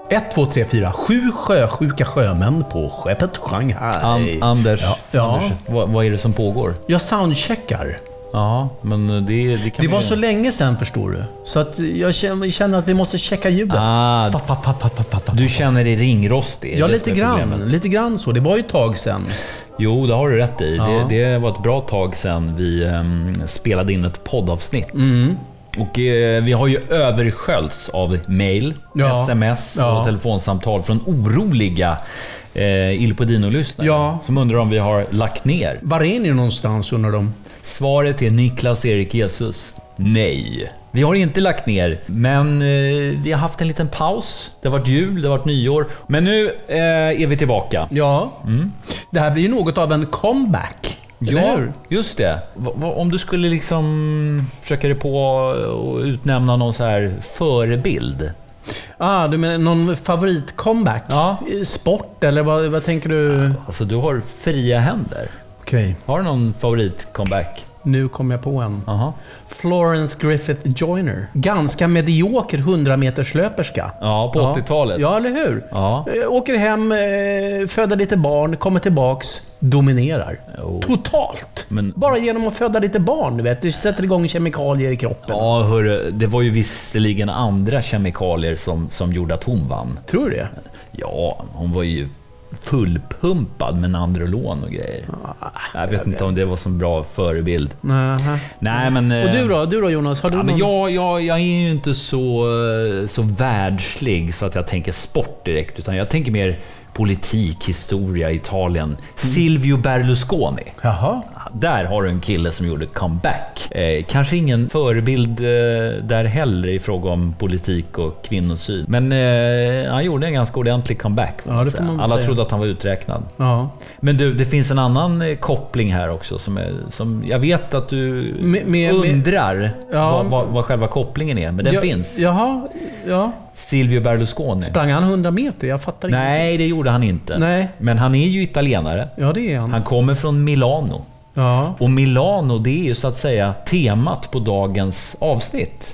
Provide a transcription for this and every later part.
1, 2, 3, 4. 7 sjösjuka sjömän på skeppet Shanghai. Anders, Ja. Anders vad är det som pågår? Jag soundcheckar. Ja, men det kan Det vi... var så länge sedan, förstår du. Så att jag känner att vi måste checka ljudet. Du känner dig ringrostig? Ja, lite grann så. Det var ju ett tag sedan. Jo, det har du rätt i. Ja. Det var ett bra tag sedan vi spelade in ett poddavsnitt. Och vi har ju översköljts av mail, sms och telefonsamtal från oroliga Il Podino-lyssnare som undrar om vi har lagt ner. Var är ni någonstans, undrar de? Svaret är Niklas Erik Jesus. Nej. Vi har inte lagt ner, men vi har haft en liten paus. Det har varit jul, det har varit nyår. Men nu är vi tillbaka. Ja. Det här blir ju något av en comeback. Ja, just det. Om du skulle liksom försöka dig på att utnämna någon så här förebild. Du menar någon favorit-comeback? Ja. Sport, eller vad tänker du? Alltså, du har fria händer. Okej. Har du någon favorit-comeback? Nu kom jag på en. Aha. Florence Griffith Joyner. Ganska medioker 100-meterslöperska. Ja, på 80-talet. Ja, eller hur? Ja. Åker hem, föder lite barn, kommer tillbaks, dominerar. Totalt! Men... Bara genom att föda lite barn, du vet. Det sätter igång kemikalier i kroppen. Ja, hörru, det var ju visserligen andra kemikalier som gjorde att hon vann. Tror du det? Ja, hon var ju fullpumpad med Nandrolon och grejer. Jag vet inte om det var så bra förebild. Nej, men... Och du då Jonas? Har du men jag är ju inte så världslig så att jag tänker sport direkt, utan jag tänker mer politik, historia, Italien. Silvio Berlusconi. Jaha. Där har du en kille som gjorde comeback. Kanske ingen förebild där heller i fråga om politik och kvinnosyn. Men han gjorde en ganska ordentlig comeback. Ja, det får man Alla säga. trodde att han var uträknad. Ja. Men du, det finns en annan koppling här också som jag vet att du undrar vad själva kopplingen är. Men den finns. Jaha, ja. Silvio Berlusconi. Sprang han 100 meter? Jag fattar inte. Nej, det gjorde han inte. Nej. Men han är ju italienare. Ja, det är han. Han kommer från Milano. Ja. Och Milano, det är ju så att säga temat på dagens avsnitt.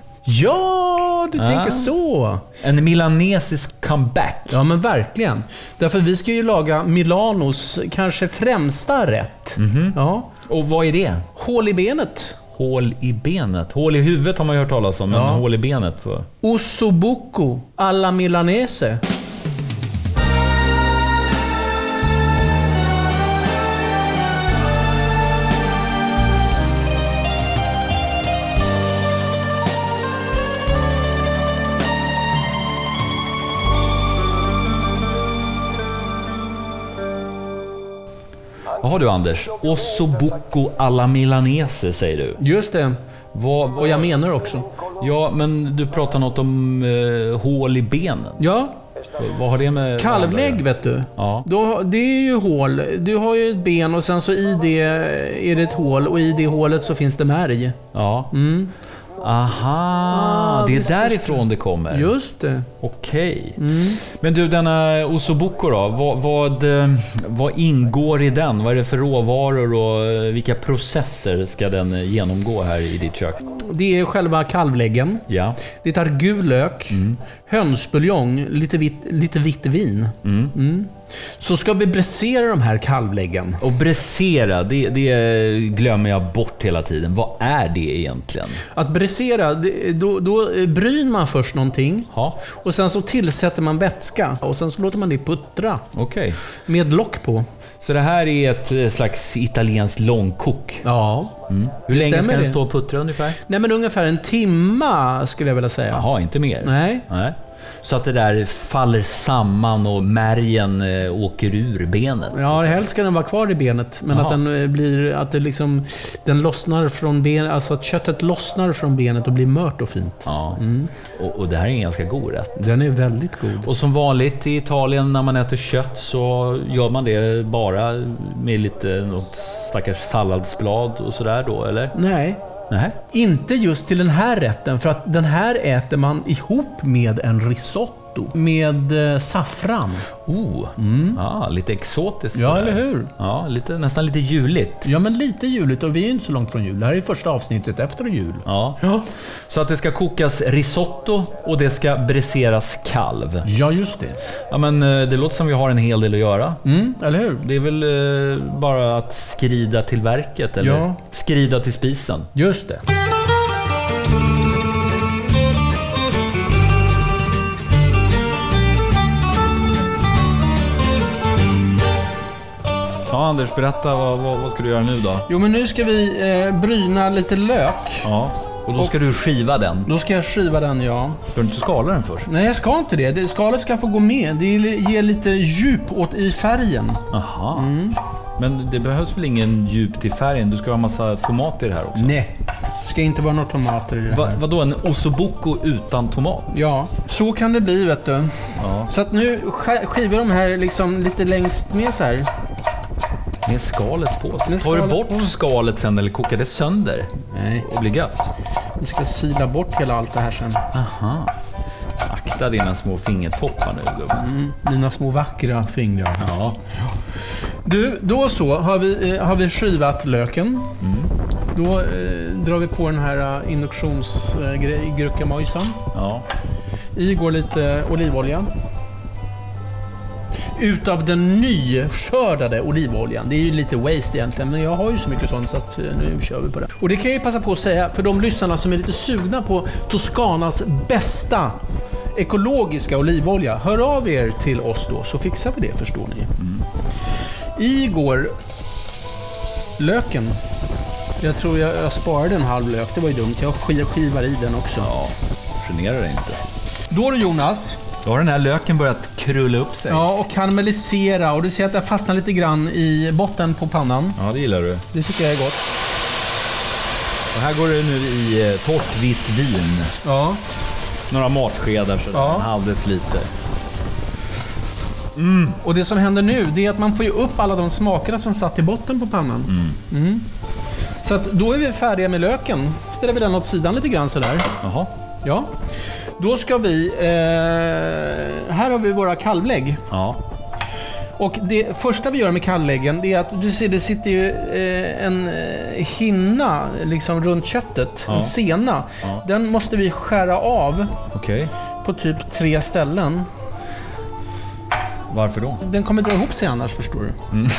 Ja, du tänker så. En milanesisk comeback. Ja, men verkligen. Därför vi ska ju laga Milanos kanske främsta rätt. Ja. Och vad är det? Hål i benet. Hål i benet. Hål i huvudet har man ju hört talas om, men hål i benet. Ossobuco alla milanese. Jaha du Anders, ossobuco alla milanese säger du. Just det. Och jag menar också. Ja, men du pratar något om hål i benen. Ja. Vad har det med... Kalvlägg, vet du. Ja. Det är ju hål. Du har ju ett ben och sen så i det är det ett hål. Och i det hålet så finns det märg. Ja. Aha, det är därifrån det kommer. Just det. Okej. Men du, denna ossobuco då, vad ingår i den? Vad är det för råvaror och vilka processer ska den genomgå här i ditt kök? Det är själva kalvläggen. Ja. Det är gul lök, hönsbuljong, lite vitt vin. Så ska vi bräsera de här kalvläggen. Och bräsera, det glömmer jag bort hela tiden. Vad är det egentligen? Att bräsera, då bryner man först någonting. Ja. Och sen så tillsätter man vätska. Och sen så låter man det puttra. Okej. Med lock på. Så det här är ett slags italienskt långkok? Ja. Hur länge ska den stå och puttra ungefär? Nej, men ungefär en timma skulle jag vilja säga. Jaha, inte mer? Nej. Så att det där faller samman och märgen åker ur benet? Ja, helst ska den vara kvar i benet. Men att den blir, att det liksom, den lossnar från benet, alltså att köttet lossnar från benet och blir mört och fint. Ja. Och det här är en ganska god rätt. Den är väldigt god. Och som vanligt i Italien när man äter kött så gör man det bara med något stackars salladsblad och sådär då, eller? Nej. Inte just till den här rätten, för att den här äter man ihop med en risotto. risotto med saffran. Ja, lite exotiskt. Ja, eller hur? Ja, nästan lite juligt. Ja, men lite juligt, och vi är inte så långt från jul. Det här är första avsnittet efter jul. Ja. Så att det ska kokas risotto och det ska bräseras kalv. Ja, just det. Ja, men det låter som vi har en hel del att göra. Eller hur? Det är väl bara att skrida till verket, eller skrida till spisen. Just det. Ja, Anders, berätta, vad ska du göra nu då? Jo, men nu ska vi bryna lite lök. Ja, och då ska du skiva den. Då ska jag skiva den, ja. Ska du inte skala den först? Nej, jag ska inte det. Skalet ska få gå med. Det ger lite djup i färgen. Aha. Men det behövs väl ingen djup till färgen? Du ska ha massa tomater i det här också. Nej, det ska inte vara några tomater i det här. Vadå, en ossobuco utan tomat? Ja, så kan det bli, vet du. Ja. Så att nu skivar de här liksom lite längst med så här. Med skalet på. Tar du bort skalet sen eller kokar det sönder? Nej. Och blir gött? Vi ska sila bort hela allt det här sen. Aha. Akta dina små fingertoppar nu, gubben. Dina små vackra fingrar. Ja. Du, då så har vi skivat löken. Då drar vi på den här induktionsgurkamojsan. Ja. I går lite olivolja. Utav den nyskördade olivoljan. Det är ju lite waste egentligen, men jag har ju så mycket sånt så att nu kör vi på det. Och det kan jag ju passa på att säga för de lyssnarna som är lite sugna på Toscanas bästa ekologiska olivolja. Hör av er till oss då, så fixar vi det, förstår ni. I går löken. Jag tror jag sparade en halv lök, det var ju dumt. Jag skivar i den också. Ja, generar det inte. Då är Jonas. Då har den här löken börjat krulla upp sig. Ja, och karamellisera. Och du ser att det fastnar lite grann i botten på pannan. Ja, det gillar du. Det tycker jag är gott. Och här går det nu i torrt vitt vin. Ja. Några matskedar, så en halv deciliter. Och det som händer nu, det är att man får ju upp alla de smakerna som satt i botten på pannan. Så att då är vi färdiga med löken. Ställer vi den åt sidan lite grann sådär. Jaha. Ja. Då ska vi... här har vi våra kalvlägg. Ja. Och det första vi gör med kalvläggen, det är att du ser, det sitter ju en hinna liksom runt köttet. En sena. Ja. Den måste vi skära av. Okej. På typ 3 ställen. Varför då? Den kommer dra ihop sig annars, förstår du.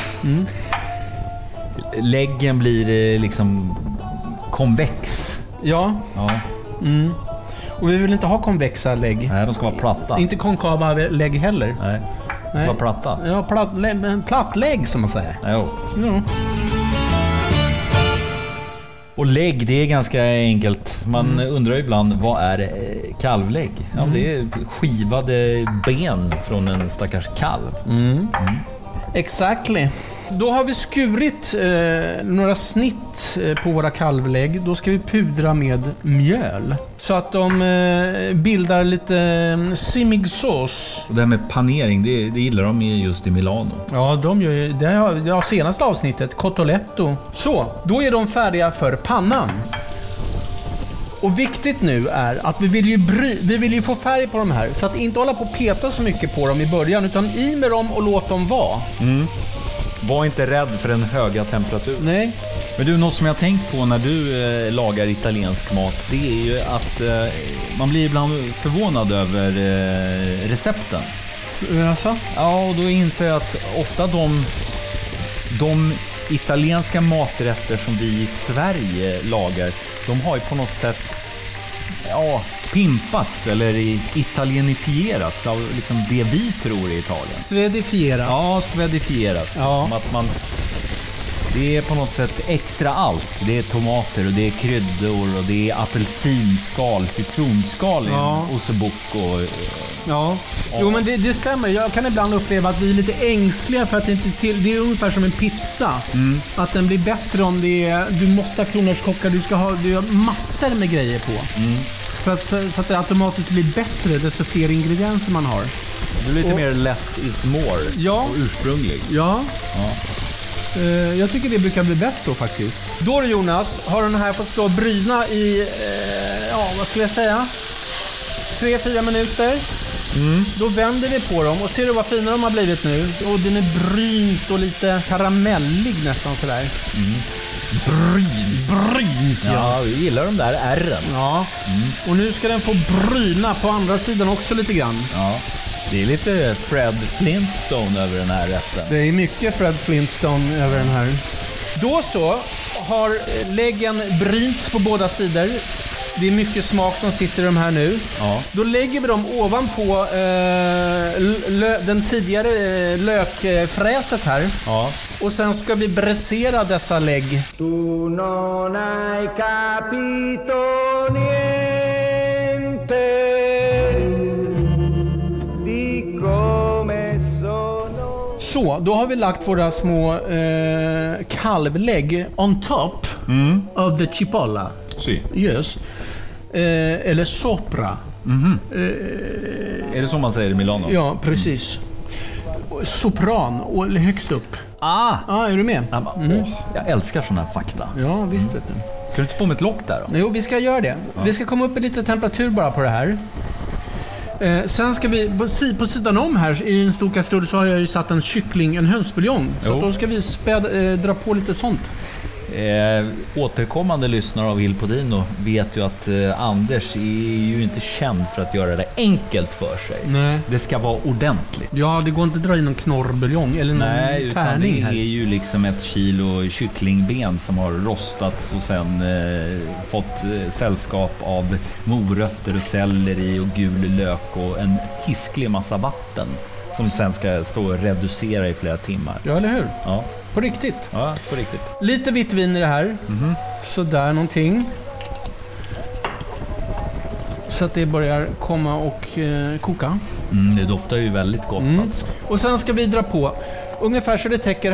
Läggen blir liksom konvex. Ja. Och vi vill inte ha konvexa lägg. Nej, de ska vara platta. Inte konkava lägg heller. Nej. Var platta. Ja, platt lägg som man säger. Jo. Ja. Och lägg, det är ganska enkelt. Man undrar ibland, vad är kalvlägg? Ja, det är skivade ben från en stackars kalv. Exactly. Då har vi skurit några snitt på våra kalvlägg. Då ska vi pudra med mjöl. Så att de bildar lite simmig sås. Och det här med panering, det gillar de just i Milano. Ja, de gör ju det har senaste avsnittet, cottoletto. Så, då är de färdiga för pannan. Och viktigt nu är att vi vill ju få färg på de här. Så att inte hålla på och peta så mycket på dem i början, utan i med dem och låt dem vara. Var inte rädd för den höga temperaturen. Nej. Men du, något som jag har tänkt på när du lagar italiensk mat, det är ju att man blir ibland förvånad över recepten. Alltså? Ja, och då inser jag att ofta de italienska maträtter som vi i Sverige lagar, de har ju på något sätt pimpats eller italienifierats av liksom det vi tror i Italien. Svedifierats. Ja, svedifierats. Ja. Att det är på något sätt extra allt. Det är tomater och det är kryddor och det är apelsinskal, citronskal i ossobuco. Ja. Jo, men det stämmer. Jag kan ibland uppleva att vi är lite ängsliga för att det inte det är ungefär som en pizza. Att den blir bättre om du måste ha kronärtskocka, du har massor med grejer på. Så att det automatiskt blir bättre desto fler ingredienser man har. Det blir lite mer less is more och ursprunglig. Ja. Jag tycker det brukar bli bäst så faktiskt. Då Jonas, har den här fått stå och bryna i, vad skulle jag säga? 3-4 minuter. Då vänder vi på dem och ser du vad fina de har blivit nu? Och den är brynt och lite karamellig nästan sådär. Brynt, ja. Vi gillar de där ärren. Ja. Och nu ska den få bryna på andra sidan också lite grann. Ja. Det är lite Fred Flintstone över den här rätten. Det är mycket Fred Flintstone över den här. Då så har läggen brynts på båda sidor. Det är mycket smak som sitter i de här nu. Ja. Då lägger vi dem ovanpå den tidigare lökfräset här. Ja. Och sen ska vi bräsera dessa lägg. Tu non hai capito niente di come sono. Så, då har vi lagt våra små kalvlägg on top of the cipolla. Si. Yes. Eller sopra. Är det så man säger i Milano? Ja, precis. Sopran, och högst upp. Är du med? Jag älskar såna här fakta. Ja, visst vet du. Ska du inte på med ett lock där då? Jo, vi ska göra det. Ja. Vi ska komma upp i lite temperatur bara på det här. Sen ska vi på sidan om här i en stor kastrull så har jag ju satt en hönsbuljong. Så då ska vi dra på lite sånt. Återkommande lyssnare av Il Podino vet ju att Anders är ju inte känd för att göra det enkelt för sig. Nej. Det ska vara ordentligt. Ja, det går inte att dra in någon knorrbuljong eller någon tärning. Utan det här. är ju liksom 1 kilo kycklingben som har rostats och sen fått sällskap av morötter och selleri och gul lök och en hisklig massa vatten som sen ska stå och reducera i flera timmar. Ja, eller hur? Ja. På riktigt? Ja, på riktigt. Lite vitt vin i det här. Så där någonting. Så att det börjar komma och koka. Det doftar ju väldigt gott alltså. Och sen ska vi dra på ungefär så det täcker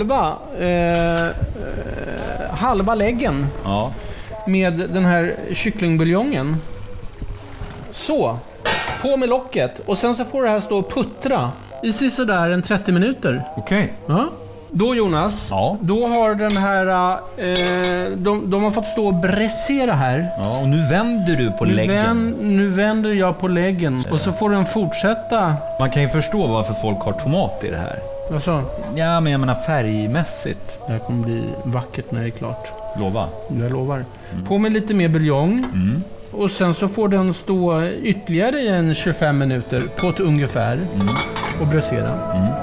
halva läggen. Ja. Med den här kycklingbuljongen. Så. På med locket. Och sen så får det här stå och puttra i sådär en 30 minuter. Okej. Ja. Då Jonas, då har den här de har fått stå och bräsera här. Ja, och nu vänder du på läggen. Nu vänder jag på läggen och så får den fortsätta. Man kan ju förstå varför folk har tomat i det här. Alltså? Ja, men jag menar färgmässigt. Det här kommer bli vackert när det är klart. Lova. Jag lovar. På med lite mer buljong. Och sen så får den stå ytterligare i en 25 minuter på ett ungefär och bräsera.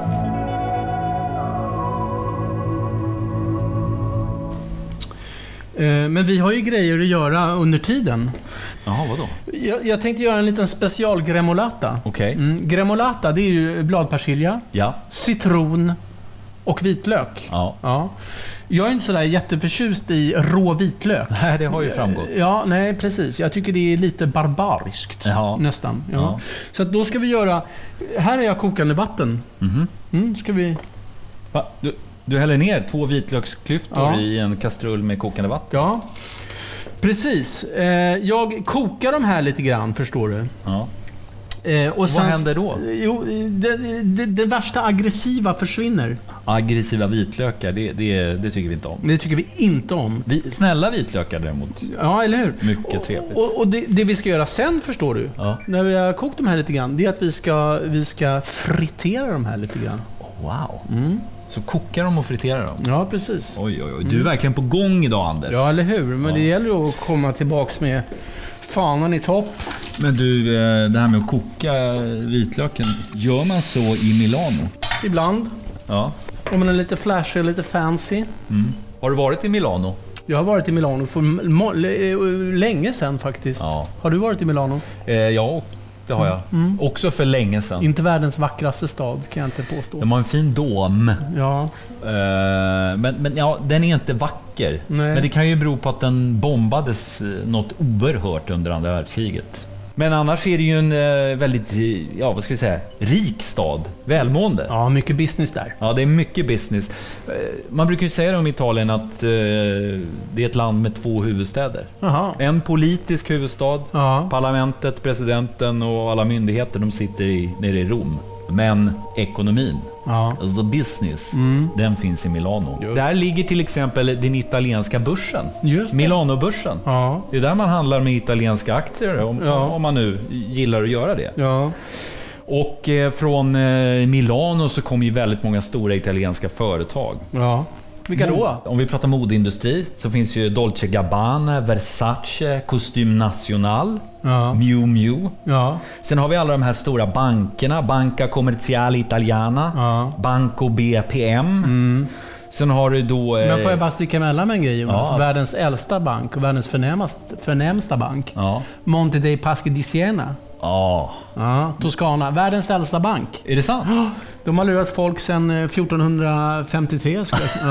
Men vi har ju grejer att göra under tiden. Jaha, vadå? Jag tänkte göra en liten special gremolata. Okej. Gremolata, det är ju bladpersilja, citron och vitlök. Ja. Jag är inte sådär jätteförtjust i rå vitlök. Nej, det har ju framgått. Ja, nej, precis. Jag tycker det är lite barbariskt. Nästan. Ja. Så att då ska vi göra... Här är jag kokande vatten. Ska vi... Va? Du häller ner 2 vitlöksklyftor i en kastrull med kokande vatten? Ja, precis. Jag kokar de här lite grann, förstår du. Ja. Och sen, vad händer då? Jo, det värsta aggressiva försvinner. Aggressiva vitlökar, det tycker vi inte om. Det tycker vi inte om. Snälla vitlökar däremot. Ja, eller hur? Mycket trevligt. Och det vi ska göra sen, förstår du, när vi har kokt de här lite grann, det är att vi ska fritera de här lite grann. Wow. Så kokar de och friterar dem? Ja, precis. Oj. Du är verkligen på gång idag, Anders. Ja, eller hur? Men det gäller ju att komma tillbaks med fanan i topp. Men du, det här med att koka vitlöken, gör man så i Milano? Ibland. Ja. Om man är lite flashig och lite fancy. Har du varit i Milano? Jag har varit i Milano för länge sedan faktiskt. Ja. Har du varit i Milano? Ja, det har jag. Också för länge sedan. Inte världens vackraste stad, kan jag inte påstå. De har en fin dom. Ja. Men ja, den är inte vacker. Nej. Men det kan ju bero på att den bombades något oerhört under andra världskriget. Men annars är det ju en väldigt, vad ska vi säga, rik stad. Välmående. Ja, mycket business där. Ja, det är mycket business. Man brukar ju säga om Italien att det är ett land med 2 huvudstäder. Aha. En politisk huvudstad. Parlamentet, presidenten och alla myndigheter, de sitter nere i Rom. Men ekonomin, the business, den finns i Milano. Just. Där ligger till exempel den italienska börsen. Milano-börsen. Det är där man handlar med italienska aktier om man nu gillar att göra det. Ja. Och från Milano så kommer ju väldigt många stora italienska företag. Ja. Vilka då? Om vi pratar modeindustri så finns ju Dolce Gabbana, Versace, Costume National, Miu Miu. Ja. Sen har vi alla de här stora bankerna, Banca Commerciale Italiana, Banco BPM. Sen har du då... Men får jag bara sticka emellan med en grej, Jonas? Ja. Världens äldsta bank och världens förnämsta bank. Ja. Monte dei Paschi di Siena. Ja. Toscana, världens äldsta bank. Är det sant? De har lurat folk sedan 1453.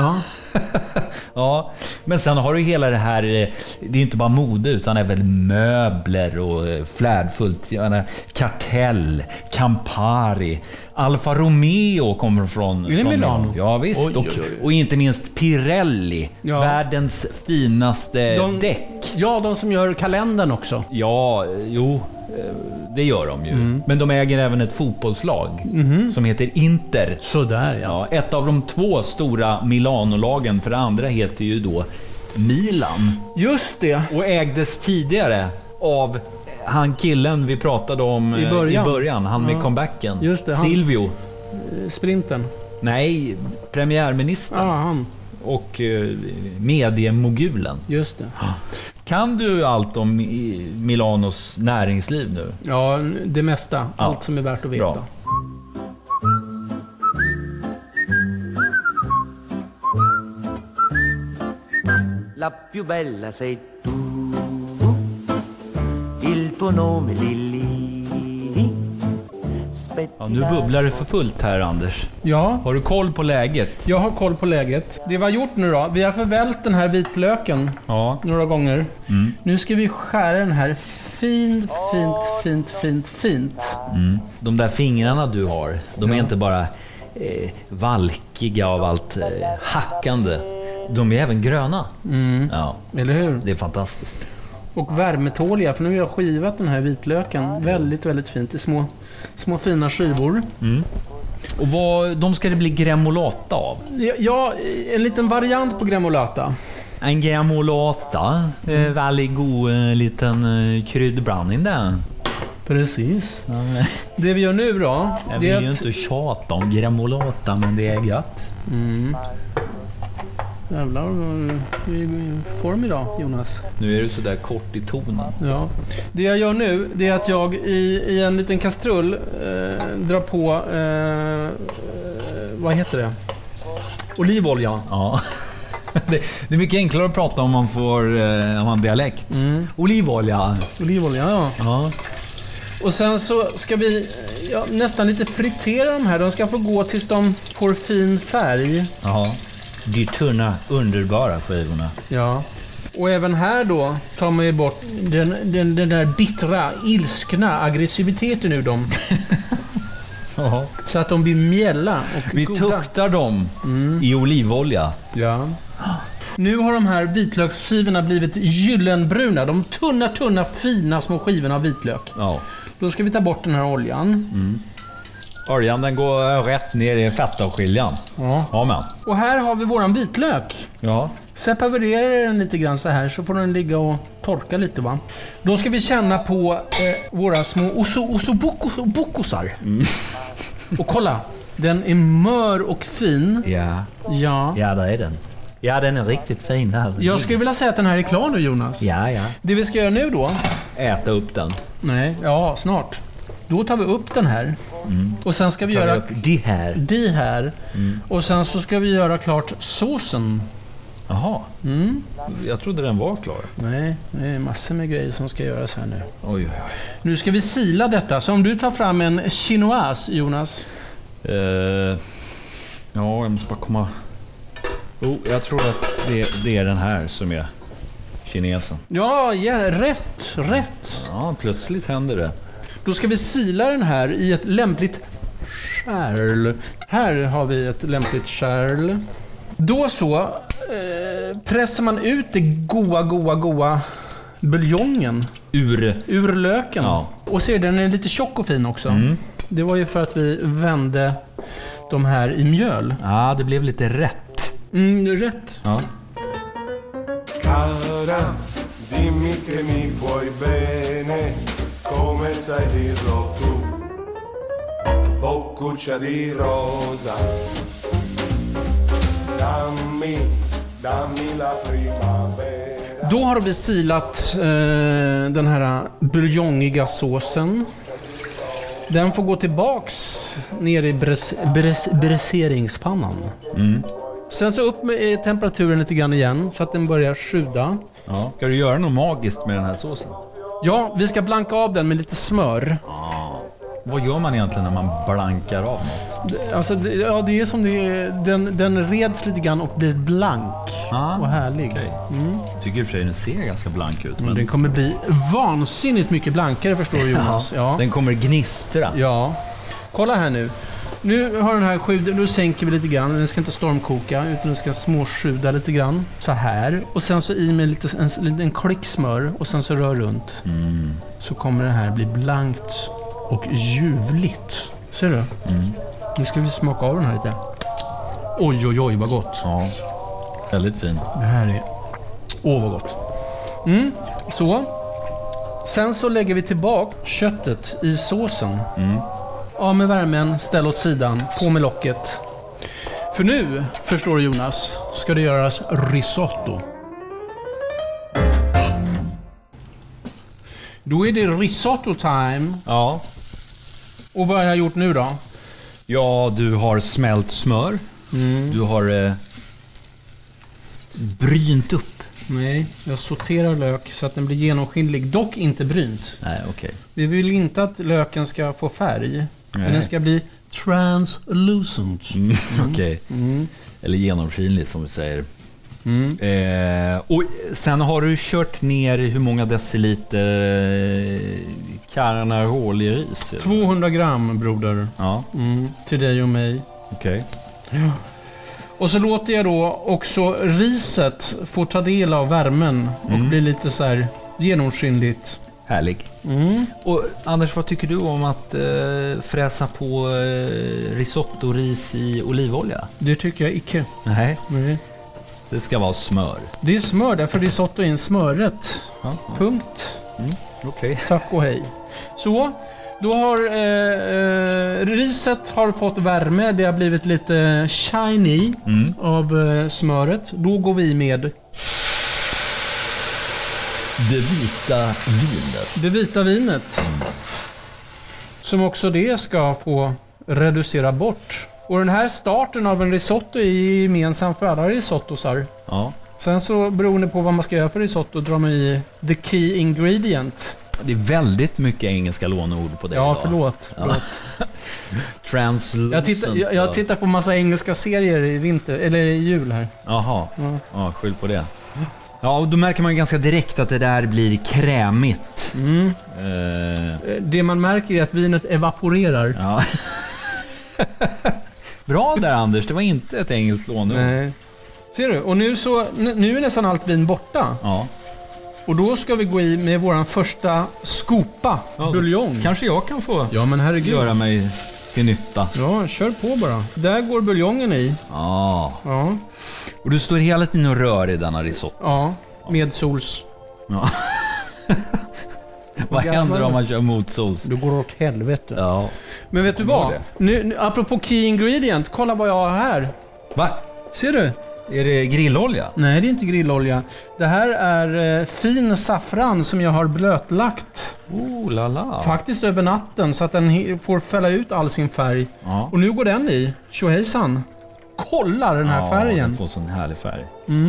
Ja, men sen har du hela det här, det är inte bara mode utan även möbler och flärdfullt. Kartell, Campari, Alfa Romeo kommer från Milano. Ja visst, och inte minst Pirelli, världens finaste däck. Ja, de som gör kalendern också. Ja, jo. Det gör de ju. Men de äger även ett fotbollslag som heter Inter. Sådär, ja. Ett av de 2 stora Milano-lagen, för det andra heter ju då Milan. Just det. Och ägdes tidigare av han killen vi pratade om i början. Han med comebacken. Just det, Silvio. Sprinten. Nej, premiärministern. Han. Och mediemogulen. Just det. Kan du allt om Milanos näringsliv nu? Ja, det mesta. Allt som är värt att veta. Bra. La più bella sei tu, il tuo nome Lili. Ja, nu bubblar det för fullt här, Anders. Ja. Har du koll på läget? Jag har koll på läget. Det vi har gjort nu då, vi har förvält den här vitlöken några gånger. Nu ska vi skära den här fint. De där fingrarna du har, de är inte bara valkiga av allt hackande. De är även gröna. Ja. Eller hur? Det är fantastiskt. Och värmetåliga, för nu har jag skivat den här vitlöken väldigt, väldigt fint i små fina skivor. Och de ska det bli gremolata av? Ja, en liten variant på gremolata. En gremolata, väldigt god liten kryddblandning där. Precis. Det vi gör nu då... Jag vill ju inte tjata om gremolata, men det är gött. Jävlar, vi form idag, Jonas. Nu är du så där kort i tonen. Ja. Det jag gör nu, det är att jag i en liten kastrull drar på vad heter det? Olivolja. Ja. Det är mycket enklare att prata om man får om man dialekt. Olivolja, ja. Och sen så ska vi nästan lite fritera de här. De ska få gå tills de får fin färg. Ja. De tunna, underbara skivorna. Ja. Och även här då tar man ju bort den där bittra, ilskna aggressiviteten ur dem. Så att de blir mjälla och vi goda. tuktar dem i olivolja. Ja. Nu har de här vitlöksskivorna blivit gyllenbruna. De tunna, fina små skivorna av vitlök. Ja. Då ska vi ta bort den här oljan. Oljan, den går rätt ner i fettavskiljan. Ja, men. Och här har vi våran vitlök. Ja. Separerar den lite grann så här, så får den ligga och torka lite, va. Då ska vi känna på våra små osobokosar. Och kolla, den är mör och fin. Ja, det är den. Ja, den är riktigt fin här. Jag skulle vilja säga att den här är klar nu, Jonas. Ja. Det vi ska göra nu då... Äta upp den. Nej, snart. Då tar vi upp den här. Och sen ska vi göra... upp de här. Och sen så ska vi göra klart såsen. Jaha. Jag trodde den var klar. Nej, det är massor med grejer som ska göras här nu. Oj. Nu ska vi sila detta. Så om du tar fram en chinoise, Jonas. Jag måste bara komma... jag tror att det är den här som är kinesen. Ja, rätt. Ja, plötsligt händer det. Då ska vi sila den här i ett lämpligt kärl. Här har vi ett lämpligt kärl. Då så pressar man ut det goa buljongen ur löken. Ja. Och ser den är lite tjock och fin också. Det var ju för att vi vände de här i mjöl. Ja, det blev lite rätt. Rätt. Ja. Cara, dimmi che mi vuoi bene, come sai dirlo tu. boccuccia di rosa. Dammi la primavera. Då har vi silat den här buljongiga såsen. Den får gå tillbaks ner i bräseringspannan. Sen så upp med temperaturen lite grann igen så att den börjar sjuda. Ja. Ska du göra något magiskt med den här såsen? Ja, vi ska blanka av den med lite smör. Vad gör man egentligen när man blankar av något? Alltså, det är som det är, den reds lite grann och blir blank och härlig. Okay. Jag tycker i och för sig den ser ganska blank ut. Men... Den kommer bli vansinnigt mycket blankare, förstår du, Jonas. Ja. Den kommer gnistra. Ja. Kolla här nu. Nu har den här sjudet, nu sänker vi lite grann. Den ska inte stormkoka utan den ska småsjuda lite grann. Så här. Och sen så i med en liten klick smör och sen så rör runt. Så kommer det här bli blankt och ljuvligt. Ser du? Nu ska vi smaka av den här lite. Oj, oj, oj, vad gott. Ja, väldigt fin. Det här är... vad gott. Så. Sen så lägger vi tillbaka köttet i såsen. Av med värmen, ställ åt sidan, på med locket. För nu, förstår du Jonas, ska det göras risotto. Då är det risotto time. Ja. Och vad har jag gjort nu då? Ja, du har smält smör. Du har brynt upp. Nej, jag sorterar lök så att den blir genomskinlig, dock inte brynt. Nej, okej. Vi vill inte att löken ska få färg. Men den ska bli translucent. Okej. Eller genomskinlig som vi säger. Och sen har du kört ner hur många deciliter carnaroli-ris? 200 gram, broder. Ja. Till dig och mig. Okej. Ja. Och så låter jag då också riset få ta del av värmen och bli lite så här genomskinligt. Härlig. Och Anders, vad tycker du om att fräsa på risotto-ris i olivolja? Det tycker jag icke. Nej. Nej. Det ska vara smör. Det är smör, därför risotto är en smörrätt. Ja. Punkt. Okej. Tack och hej. Så, då har riset har fått värme. Det har blivit lite shiny av smöret. Då går vi med det vita vinet. det vita vinet. Som också det ska få reducera bort. Och den här starten av en risotto är gemensam för alla risottosar. Ja. Sen så beroende på vad man ska göra för risotto drar man i the key ingredient. Det är väldigt mycket engelska låneord på det. Ja, idag. förlåt. Translucent. Jag tittar på massa engelska serier i vinter eller i jul här. Jaha. Ja, skyll på det. Ja, och då märker man ju ganska direkt att det där blir krämigt. Det man märker är att vinet evaporerar. Ja. Bra där, Anders, det var inte ett engelskt lånord. Nej. Ser du? Och nu är nästan allt vin borta. Ja. Och då ska vi gå i med våran första skopa buljong. Kanske jag kan få men herregud. göra mig till nytta. Ja, kör på bara. Där går buljongen i. Ja. Ja. Och du står hela tiden och rör i denna risotto. Ja, med sols. Ja. Vad händer om man kör mot sols? Det går åt helvete. Ja. Men vet du vad? Nu, apropå key ingredient, kolla vad jag har här. Va? Ser du? Är det grillolja? Nej, det är inte grillolja. Det här är fin saffran som jag har blötlagt. Oh, lala. Faktiskt över natten så att den får fälla ut all sin färg. Ja. Och nu går den i. Tjohejsan. Kolla den här färgen. Den får sån härlig färg.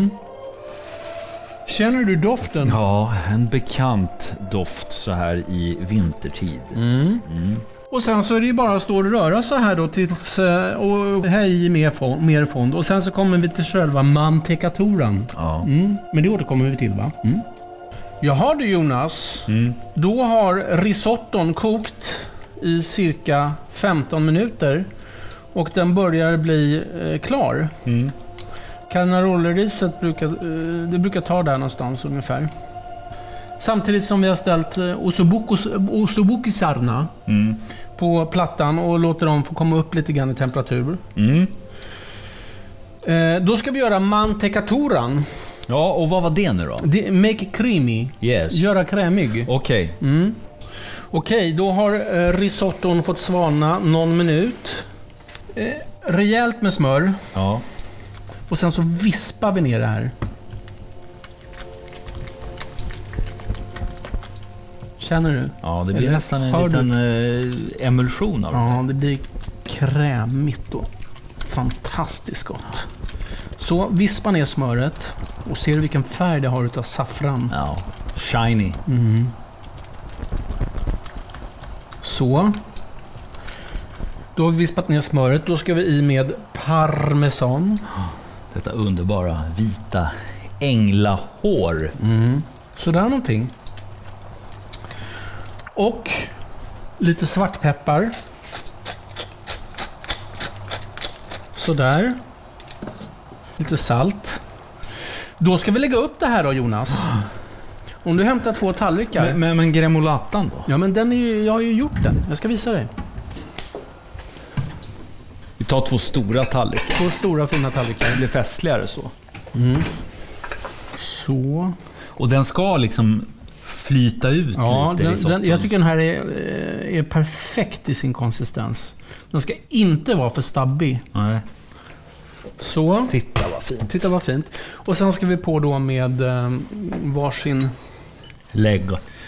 Känner du doften? Ja, en bekant doft så här i vintertid. Och sen så är det ju bara att stå och röra så här då tills och hej mer fond. Och sen så kommer vi till själva mantecaturan. Ja. Men det återkommer vi till, va? Jaha du Jonas. Då har risotton kokt i cirka 15 minuter. Och den börjar bli klar. Carnaroli-riset brukar ta där någonstans ungefär. Samtidigt som vi har ställt ossobukisarna på plattan och låter dem få komma upp lite grann i temperatur. Då ska vi göra mantecaturan. Ja, och vad var det nu då? Make creamy. Yes. Göra krämig. Okej. Okej, då har risotton fått svalna någon minut. Rejält med smör. Ja. Och sen så vispar vi ner det här. Känner du? Ja, det blir nästan en liten emulsion av det. Ja, det blir krämigt och fantastiskt gott. Så vispa ner smöret och ser du vilken färg det har utav saffran. Ja, shiny. Så. Då har vi vispat ner smöret. Då ska vi i med parmesan. Detta underbara vita änglahår. Så där någonting. Och lite svartpeppar. Så där. Lite salt. Då ska vi lägga upp det här då, Jonas. Om du hämtar 2 tallrikar. Men gremolatan då? Ja, men den är ju, jag har ju gjort den. Jag ska visa dig. Vi tar 2 stora tallrikar. 2 stora fina tallrikar. Det blir festligare så. Så. Och den ska liksom flyta ut lite i risotton. Jag tycker den här är perfekt i sin konsistens. Den ska inte vara för stabbig. Nej. Så. Titta vad fint. Och sen ska vi på då med varsin lägg.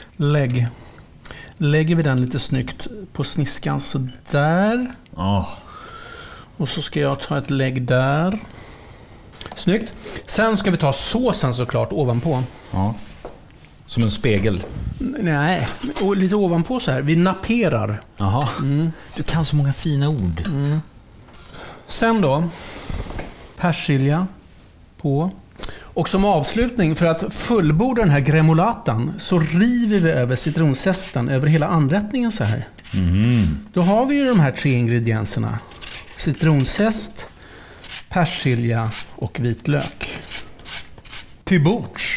Lägger vi den lite snyggt på sniskan så där. Och så ska jag ta ett lägg där. Snyggt. Sen ska vi ta såsen såklart ovanpå. Ja. Som en spegel. Nej, och lite ovanpå så här. Vi naperar. Jaha. Du kan så många fina ord. Sen då persilja på. Och som avslutning, för att fullborda den här gremolatan, så river vi över citronzesten över hela anrättningen så här. Då har vi ju de här 3 ingredienserna. Citronzest, persilja och vitlök. Till bords.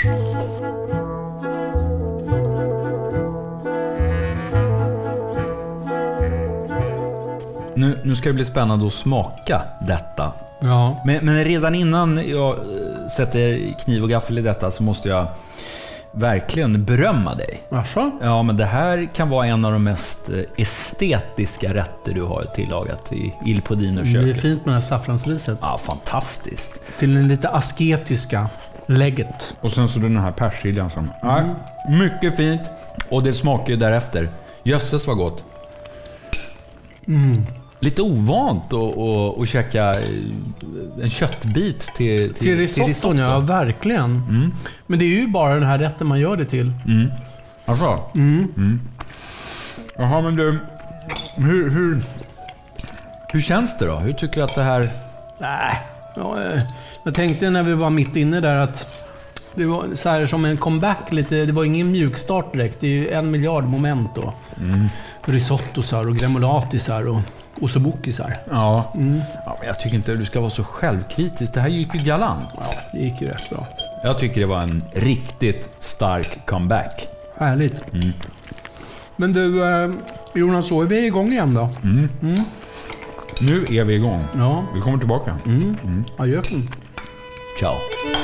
Nu ska det bli spännande att smaka detta. Ja. Men redan innan jag sätter kniv och gaffel i detta så måste jag verkligen berömma dig. Asså? Ja, men det här kan vara en av de mest estetiska rätter du har tillagat i Il Podino-köket. Det är fint med det här saffransriset. Ja, fantastiskt. Till den lite asketiska lägget. Och sen så den här persiljan som... Ja, mycket fint. Och det smakar ju därefter. Jösses var gott. Lite ovant att käka en köttbit till risotto. Ja, verkligen. Men det är ju bara den här rätten man gör det till. Alltså. Jaha, men du... Hur känns det då? Hur tycker du att det här... Nej. Jag tänkte när vi var mitt inne där att det var så här som en comeback lite. Det var ingen mjukstart direkt. Det är ju 1 miljard moment då. Risottosar och gremolatisar och ossobukisar. Ja. Ja, men jag tycker inte att du ska vara så självkritisk. Det här gick ju galant. Ja, det gick ju rätt bra. Jag tycker det var en riktigt stark comeback. Härligt. Men du, Jonas, så är vi igång igen då. Nu är vi igång. Ja. Vi kommer tillbaka. Adjö. Ciao.